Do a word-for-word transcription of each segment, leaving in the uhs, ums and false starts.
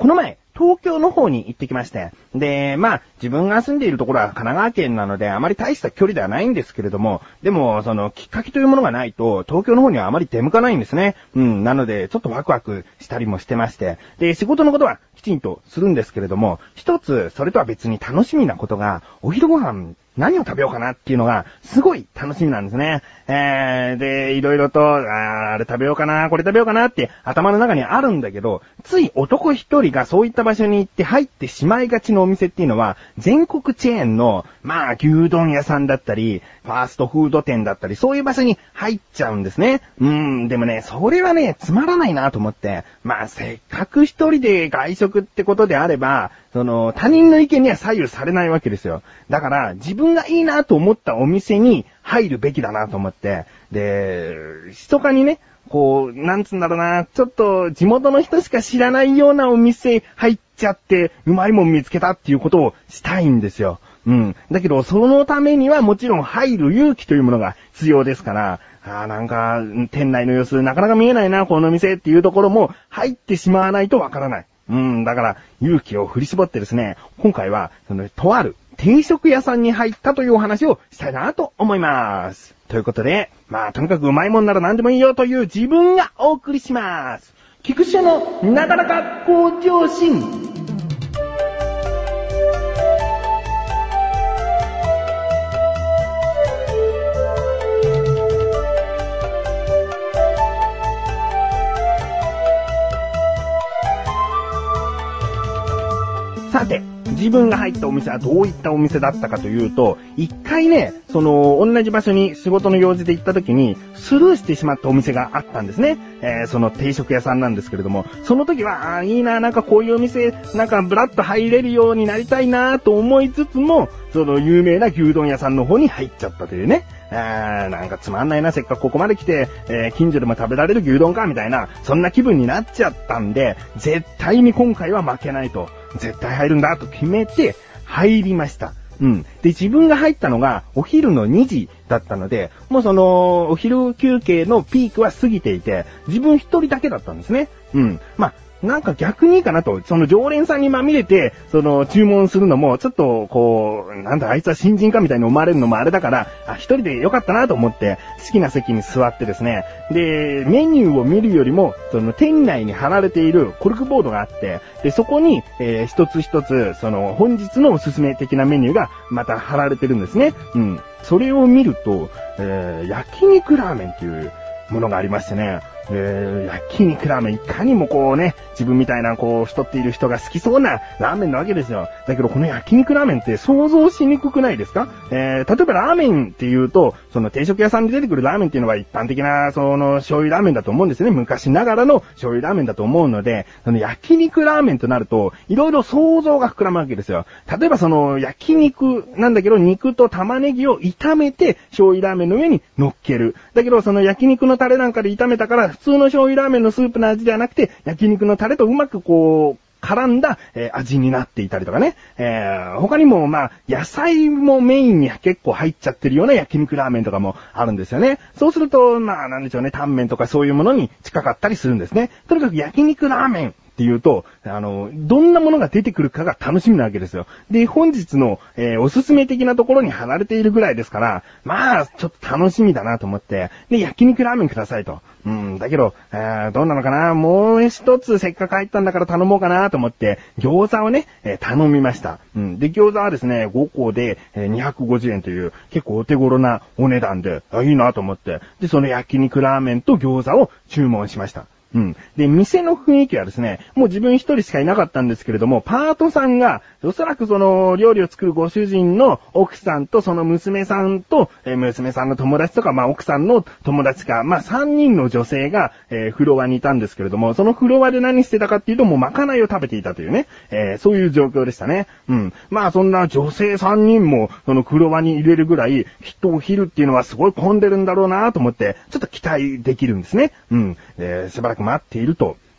この前、東京の方に行ってきまして。で、まあ、自分が住んでいるところは神奈川県なので、あまり大した距離ではないんですけれども、でも、その、きっかけというものがないと、東京の方にはあまり出向かないんですね。うん、なので、ちょっとワクワクしたりもしてまして。で、仕事のことはきちんとするんですけれども、一つ、それとは別に楽しみなことが、お昼ご飯、何を食べようかなっていうのが、すごい楽しみなんですね。えー、で、いろいろと、あー、あれ食べようかな、これ食べようかなって頭の中にあるんだけど、つい男一人がそういった場所に行って入ってしまいがちのお店っていうのは、全国チェーンの、まあ、牛丼屋さんだったり、ファーストフード店だったり、そういう場所に入っちゃうんですね。うーん、でもね、それはね、つまらないなと思って、まあ、せっかく一人で外食ってことであれば、その、他人の意見には左右されないわけですよ。だから、自分がいいなと思ったお店に入るべきだなと思って、で、密かにね、こう、なんつうんだろうな、ちょっと地元の人しか知らないようなお店入っちゃって、うまいもん見つけたっていうことをしたいんですよ。うん。だけど、そのためにはもちろん入る勇気というものが必要ですから、あーなんか、店内の様子なかなか見えないな、この店っていうところも入ってしまわないとわからない。うん、だから、勇気を振り絞ってですね、今回は、その、とある定食屋さんに入ったというお話をしたいなと思います。ということで、まあ、とにかくうまいもんなら何でもいいよという自分がお送りします。菊池のなだらか向上心。さて、自分が入ったお店はどういったお店だったかというと、一回ね、その、同じ場所に仕事の用事で行った時に、スルーしてしまったお店があったんですね。えー、その定食屋さんなんですけれども、その時は、あーいいな、なんかこういうお店、なんかブラッと入れるようになりたいなと思いつつも、その有名な牛丼屋さんの方に入っちゃったというね。あーなんかつまんないな、せっかくここまで来て、えー、近所でも食べられる牛丼か、みたいな、そんな気分になっちゃったんで、絶対に今回は負けないと。絶対入るんだと決めて入りました。うん。で、自分が入ったのがお昼のにじだったので、もうその、お昼休憩のピークは過ぎていて、自分一人だけだったんですね。うん。まあ、なんか逆にいいかなと、その常連さんにまみれて、その注文するのも、ちょっとこう、なんだあいつは新人かみたいに思われるのもあれだから、あ、一人でよかったなと思って、好きな席に座ってですね、で、メニューを見るよりも、その店内に貼られているコルクボードがあって、で、そこに、えー、一つ一つ、その本日のおすすめ的なメニューがまた貼られてるんですね。うん。それを見ると、えー、焼肉ラーメンっていうものがありましてね、えー、焼肉ラーメンいかにもこうね、自分みたいなこう太っている人が好きそうなラーメンなわけですよ。だけどこの焼肉ラーメンって想像しにくくないですか？えー、例えばラーメンっていうと、その定食屋さんで出てくるラーメンっていうのは一般的なその醤油ラーメンだと思うんですね。昔ながらの醤油ラーメンだと思うので、その焼肉ラーメンとなると、いろいろ想像が膨らむわけですよ。例えばその焼肉なんだけど、肉と玉ねぎを炒めて醤油ラーメンの上に乗っける。だけどその焼肉のタレなんかで炒めたから、普通の醤油ラーメンのスープの味ではなくて、焼肉のタレとうまくこう、絡んだ、えー、味になっていたりとかね。えー、他にも、まあ、野菜もメインに結構入っちゃってるような焼肉ラーメンとかもあるんですよね。そうすると、まあ、なんでしょうね、タンメンとかそういうものに近かったりするんですね。とにかく焼肉ラーメンっていうと、あの、どんなものが出てくるかが楽しみなわけですよ。で、本日の、えー、おすすめ的なところに貼られているぐらいですから、まあ、ちょっと楽しみだなと思って、で、焼肉ラーメンくださいと。うん、だけど、えー、どうなのかな、もう一つせっかく入ったんだから頼もうかなと思って、餃子をね、えー、頼みました。うん、で、餃子はですね、ごこで、えー、にひゃくごじゅうえんという結構お手頃なお値段で、あ、いいなと思って、で、その焼肉ラーメンと餃子を注文しました。うん。で、店の雰囲気はですね、もう自分一人しかいなかったんですけれども、パートさんが、おそらくその、料理を作るご主人の奥さんとその娘さんと、えー、娘さんの友達とか、まあ奥さんの友達か、まあさんにんの女性が、えー、フロアにいたんですけれども、そのフロアで何してたかっていうと、もうまかないを食べていたというね、えー、そういう状況でしたね。うん。まあそんな女性さんにんも、そのフロアに入れるぐらい、きっとお昼っていうのはすごい混んでるんだろうなと思って、ちょっと期待できるんですね。うん。えー、しばらく待っていると、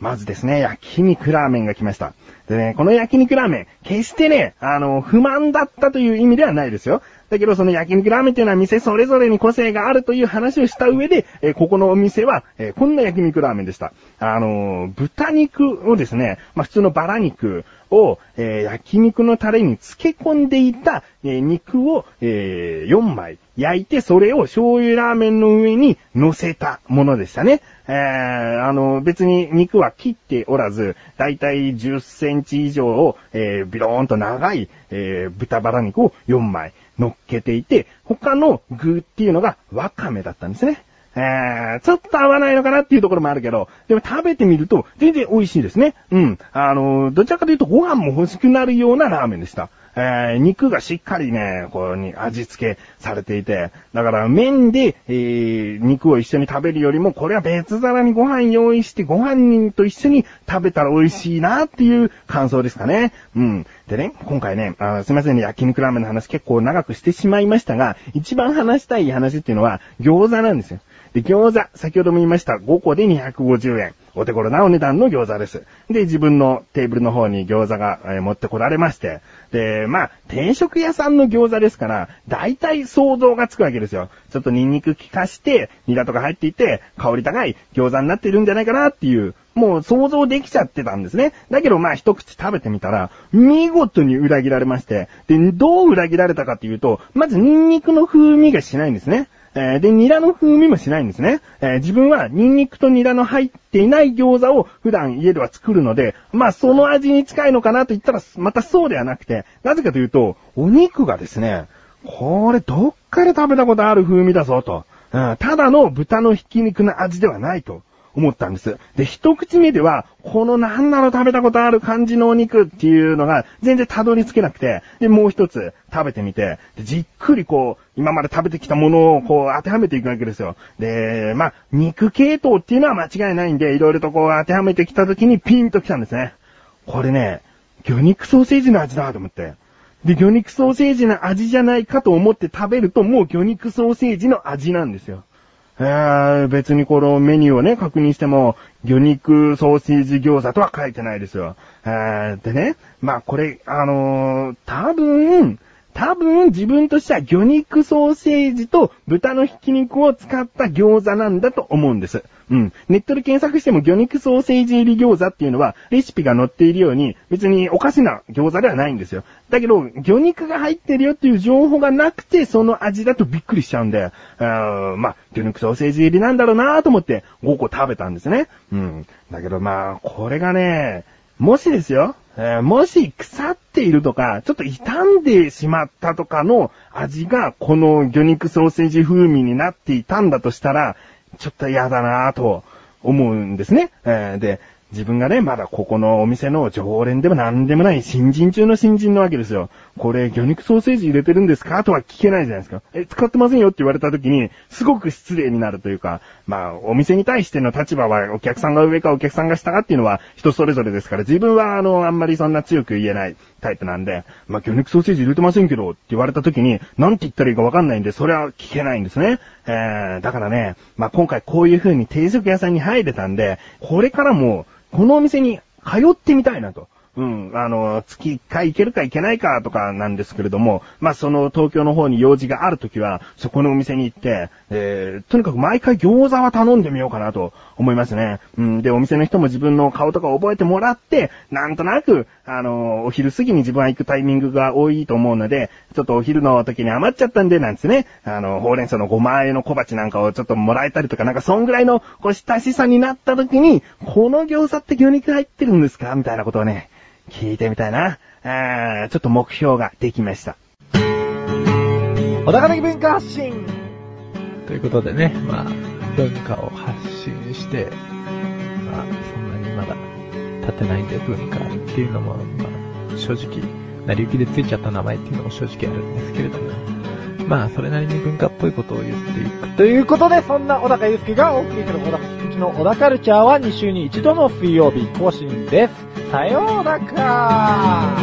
まずですね、焼肉ラーメンが来ました。でね、この焼肉ラーメン、決してね、あの、不満だったという意味ではないですよ。だけどその焼肉ラーメンっていうのは店それぞれに個性があるという話をした上で、えー、ここのお店は、えー、こんな焼肉ラーメンでした。あのー、豚肉をですね、まあ、普通のバラ肉を、えー、焼肉のタレに漬け込んでいた、えー、肉を、えー、よんまい焼いて、それを醤油ラーメンの上に乗せたものでしたね。えー、あの、別に肉は切っておらず、だいたいじゅっセンチ以上を、えー、ビローンと長い、えー、豚バラ肉をよんまい乗っけていて、他の具っていうのがワカメだったんですね。えー、ちょっと合わないのかなっていうところもあるけど、でも食べてみると全然美味しいですね。うん。あの、どちらかというとご飯も欲しくなるようなラーメンでした。えー、肉がしっかりね、こうに味付けされていて、だから麺で、えー、肉を一緒に食べるよりも、これは別皿にご飯用意してご飯と一緒に食べたら美味しいなっていう感想ですかね。うん。でね、今回ね、あすいませんね、焼肉ラーメンの話結構長くしてしまいましたが、一番話したい話っていうのは餃子なんですよ。で、餃子、先ほども言いました、ごこでにひゃくごじゅうえん。お手頃なお値段の餃子です。で、自分のテーブルの方に餃子が、えー、持ってこられまして。で、まあ、定食屋さんの餃子ですから、大体想像がつくわけですよ。ちょっとニンニク効かして、ニラとか入っていて、香り高い餃子になってるんじゃないかなっていう、もう想像できちゃってたんですね。だけどまあ一口食べてみたら、見事に裏切られまして。で、どう裏切られたかっていうと、まずニンニクの風味がしないんですね。えー、で、ニラの風味もしないんですね。えー、自分はニンニクとニラの入っていない餃子を普段家では作るので、まあその味に近いのかなと言ったら、またそうではなくて、なぜかというと、お肉がですね、これどっかで食べたことある風味だぞと。うん、ただの豚のひき肉の味ではないと思ったんです。で、一口目では、このなんだろう食べたことある感じのお肉っていうのが全然たどり着けなくて、で、もう一つ食べてみて、でじっくりこう、今まで食べてきたものをこう当てはめていくわけですよ。で、まあ、肉系統っていうのは間違いないんで、いろいろとこう当てはめてきた時にピンときたんですね。これね、魚肉ソーセージの味だと思って。で、魚肉ソーセージの味じゃないかと思って食べると、もう魚肉ソーセージの味なんですよ。えー、別にこのメニューをね、確認しても、魚肉ソーセージ餃子とは書いてないですよ。えー、でね、まあこれ、あのー、多分、多分自分としては魚肉ソーセージと豚のひき肉を使った餃子なんだと思うんです。うん。ネットで検索しても魚肉ソーセージ入り餃子っていうのはレシピが載っているように別におかしな餃子ではないんですよ。だけど魚肉が入ってるよっていう情報がなくてその味だとびっくりしちゃうんで、あまあ魚肉ソーセージ入りなんだろうなと思ってごこ食べたんですね。うん。だけどまあこれがね、もしですよ、えー、もし腐っているとか、ちょっと傷んでしまったとかの味がこの魚肉ソーセージ風味になっていたんだとしたら、ちょっと嫌だなぁと思うんですね。えー、で、自分がね、まだここのお店の常連でも何でもない新人中の新人なわけですよ。これ魚肉ソーセージ入れてるんですかとは聞けないじゃないですか。え、使ってませんよって言われた時に、すごく失礼になるというか、まあ、お店に対しての立場はお客さんが上かお客さんが下かっていうのは人それぞれですから、自分はあの、あんまりそんな強く言えないタイプなんで、まあ、魚肉ソーセージ入れてませんけどって言われた時に、なんて言ったらいいかわかんないんで、それは聞けないんですね。えー、だからね、まあ、今回こういう風に定食屋さんに入れたんで、これからも、このお店に通ってみたいなと。うん。あの、月いっかい行けるか行けないかとかなんですけれども、まあ、その東京の方に用事があるときは、そこのお店に行って、えー、とにかく毎回餃子は頼んでみようかなと思いますね。うん。で、お店の人も自分の顔とか覚えてもらって、なんとなく、あの、お昼過ぎに自分は行くタイミングが多いと思うので、ちょっとお昼の時に余っちゃったんで、なんですね。あの、ほうれん草のごま和えの小鉢なんかをちょっともらえたりとか、なんかそんぐらいの、こう、親しさになった時に、この餃子って魚肉入ってるんですかみたいなことをね、聞いてみたいな。あー、ちょっと目標ができました。 小高的文化発信ということでね、まあ、文化を発信して、まあ、そんなにまだ立てないんで文化っていうのも、まあ、正直、成り行きでついちゃった名前っていうのも正直あるんですけれども、まあ、それなりに文化っぽいことを言っていく。ということで、そんな小高祐介がお送りする小高祐介の小高カルチャーはに週に一度の水曜日更新です。さようなら。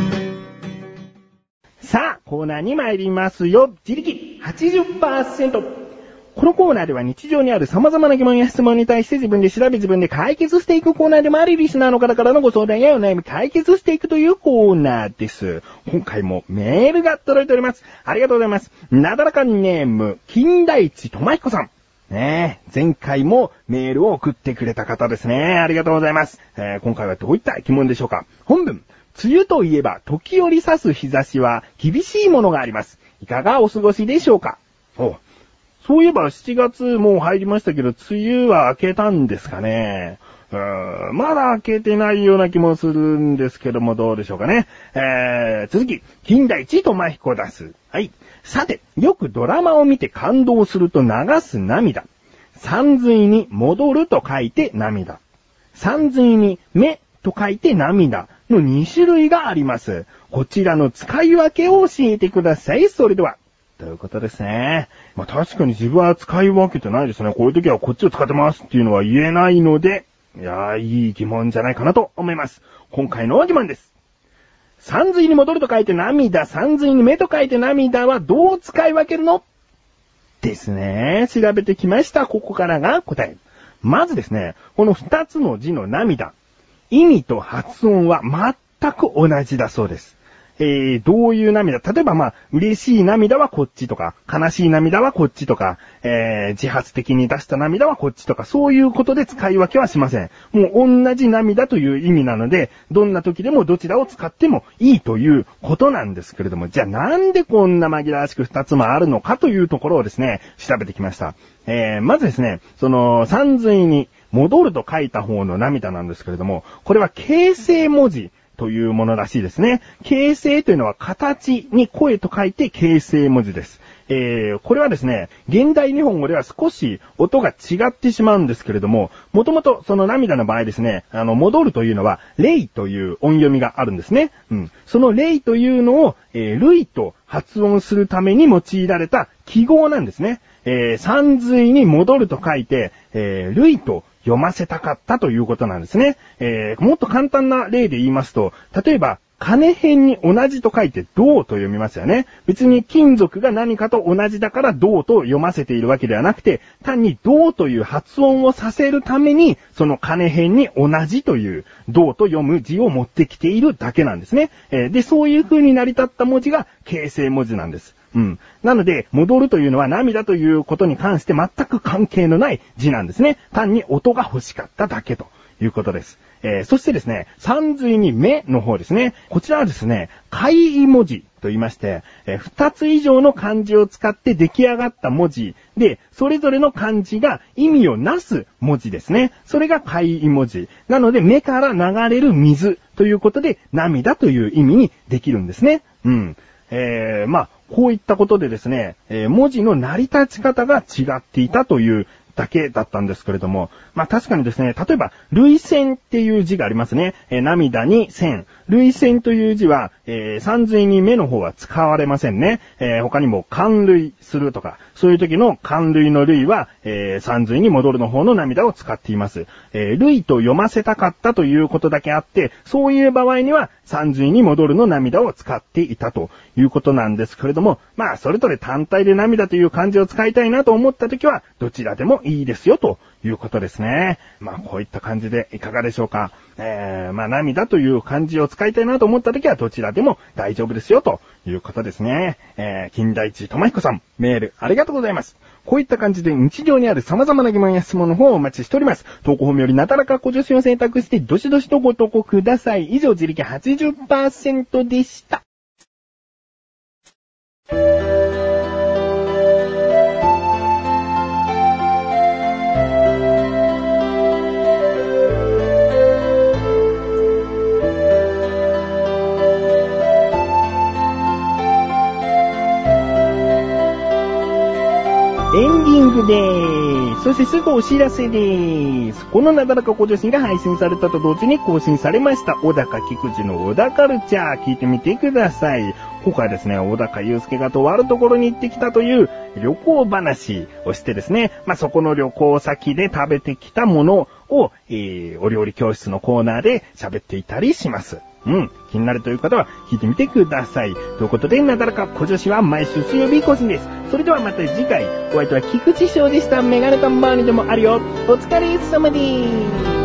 さあ、コーナーに参りますよ。自力 はちじゅっパーセント。 このコーナーでは日常にある様々な疑問や質問に対して自分で調べ自分で解決していくコーナーでもあり、リスナーの方からのご相談やお悩み解決していくというコーナーです。今回もメールが届いております。ありがとうございます。なだらかネーム、金田一智彦さん。ねえ、前回もメールを送ってくれた方ですね。ありがとうございます。えー、今回はどういった疑問でしょうか。本文、梅雨といえば時折差す日差しは厳しいものがあります。いかがお過ごしでしょうか。おそういえばしちがつもう入りましたけど、梅雨は明けたんですかね。うーん、まだ明けてないような気もするんですけども、どうでしょうかね。えー、続き、金田一智彦出す。はい。さて、よくドラマを見て感動すると流す涙。山水に戻ると書いて涙。山水に目と書いて涙のに種類があります。こちらの使い分けを教えてください。それでは。ということですね。まあ確かに自分は使い分けてないですね。こういう時はこっちを使ってますっていうのは言えないので、いやー、いい疑問じゃないかなと思います。今回の疑問です。山水に戻ると書いて涙、山水に目と書いて涙はどう使い分けるのですね。調べてきました。ここからが答え。まずですね、この二つの字の涙、意味と発音は全く同じだそうです。えー、どういう涙、例えばまあ、嬉しい涙はこっちとか、悲しい涙はこっちとか、えー、自発的に出した涙はこっちとか、そういうことで使い分けはしません。もう同じ涙という意味なので、どんな時でもどちらを使ってもいいということなんですけれども、じゃあなんでこんな紛らわしく二つもあるのかというところをですね、調べてきました。えー、まずですね、その、山水に戻ると書いた方の涙なんですけれども、これは形声文字、というものらしいですね。形声というのは形に声と書いて形声文字です。えー、これはですね、現代日本語では少し音が違ってしまうんですけれども、もともとその涙の場合ですね、あの、戻るというのは、霊という音読みがあるんですね。うん。その霊というのを、えー、類と発音するために用いられた記号なんですね。えー、山水に戻ると書いて、えー、類と読ませたかったということなんですね。えー、もっと簡単な例で言いますと、例えば、金辺に同じと書いて銅と読みますよね。別に金属が何かと同じだから銅と読ませているわけではなくて、単に銅という発音をさせるために、その金辺に同じという銅と読む字を持ってきているだけなんですね。えー、で、そういう風に成り立った文字が形声文字なんです。うん。なので、戻るというのは涙ということに関して全く関係のない字なんですね。単に音が欲しかっただけということです。えー、そしてですね、山水に目の方ですね。こちらはですね、開意文字と言いまして、えー、二つ以上の漢字を使って出来上がった文字で、それぞれの漢字が意味をなす文字ですね。それが開意文字。なので、目から流れる水ということで、涙という意味にできるんですね。うん。えー、まあ、こういったことでですね、えー、文字の成り立ち方が違っていたというだけだったんですけれども、まあ確かにですね、例えば、涙腺っていう字がありますね。えー、涙に線。涙腺という字は、えー、山水に目の方は使われませんね。えー、他にも、感涙するとか、そういう時の感涙の涙は、えー、山水に戻るの方の涙を使っています。えー、涙と読ませたかったということだけあって、そういう場合には、山水に戻るの涙を使っていたということなんですけれども、まあ、それぞれ単体で涙という漢字を使いたいなと思った時は、どちらでもいいですよということですね。まあ、こういった感じでいかがでしょうか。えー、まあ、涙という漢字を使いたいなと思った時は、どちらでも大丈夫ですよということですね。えー、金田一智彦さん、メールありがとうございます。こういった感じで日常にある様々な疑問や質問の方をお待ちしております。投稿フォームよりなだらかご助手を選択して、どしどしとご投稿ください。以上、自力 はちじゅっパーセント でした。エンディングでーす。そしてすぐお知らせでーす。このなだらかご助身が配信されたと同時に更新されました、小高菊池の小高カルチャー、聞いてみてください。今回ですね、小高祐介がとあるところに行ってきたという旅行話をしてですね、まあ、そこの旅行先で食べてきたものを、えー、お料理教室のコーナーで喋っていたりします。 うん。気になるという方は聞いてみてください。ということで、なだらか小女子は毎週水曜日更新です。それではまた次回、お相手は菊池翔でした。メガネタマーニでもあるよ。お疲れ様です。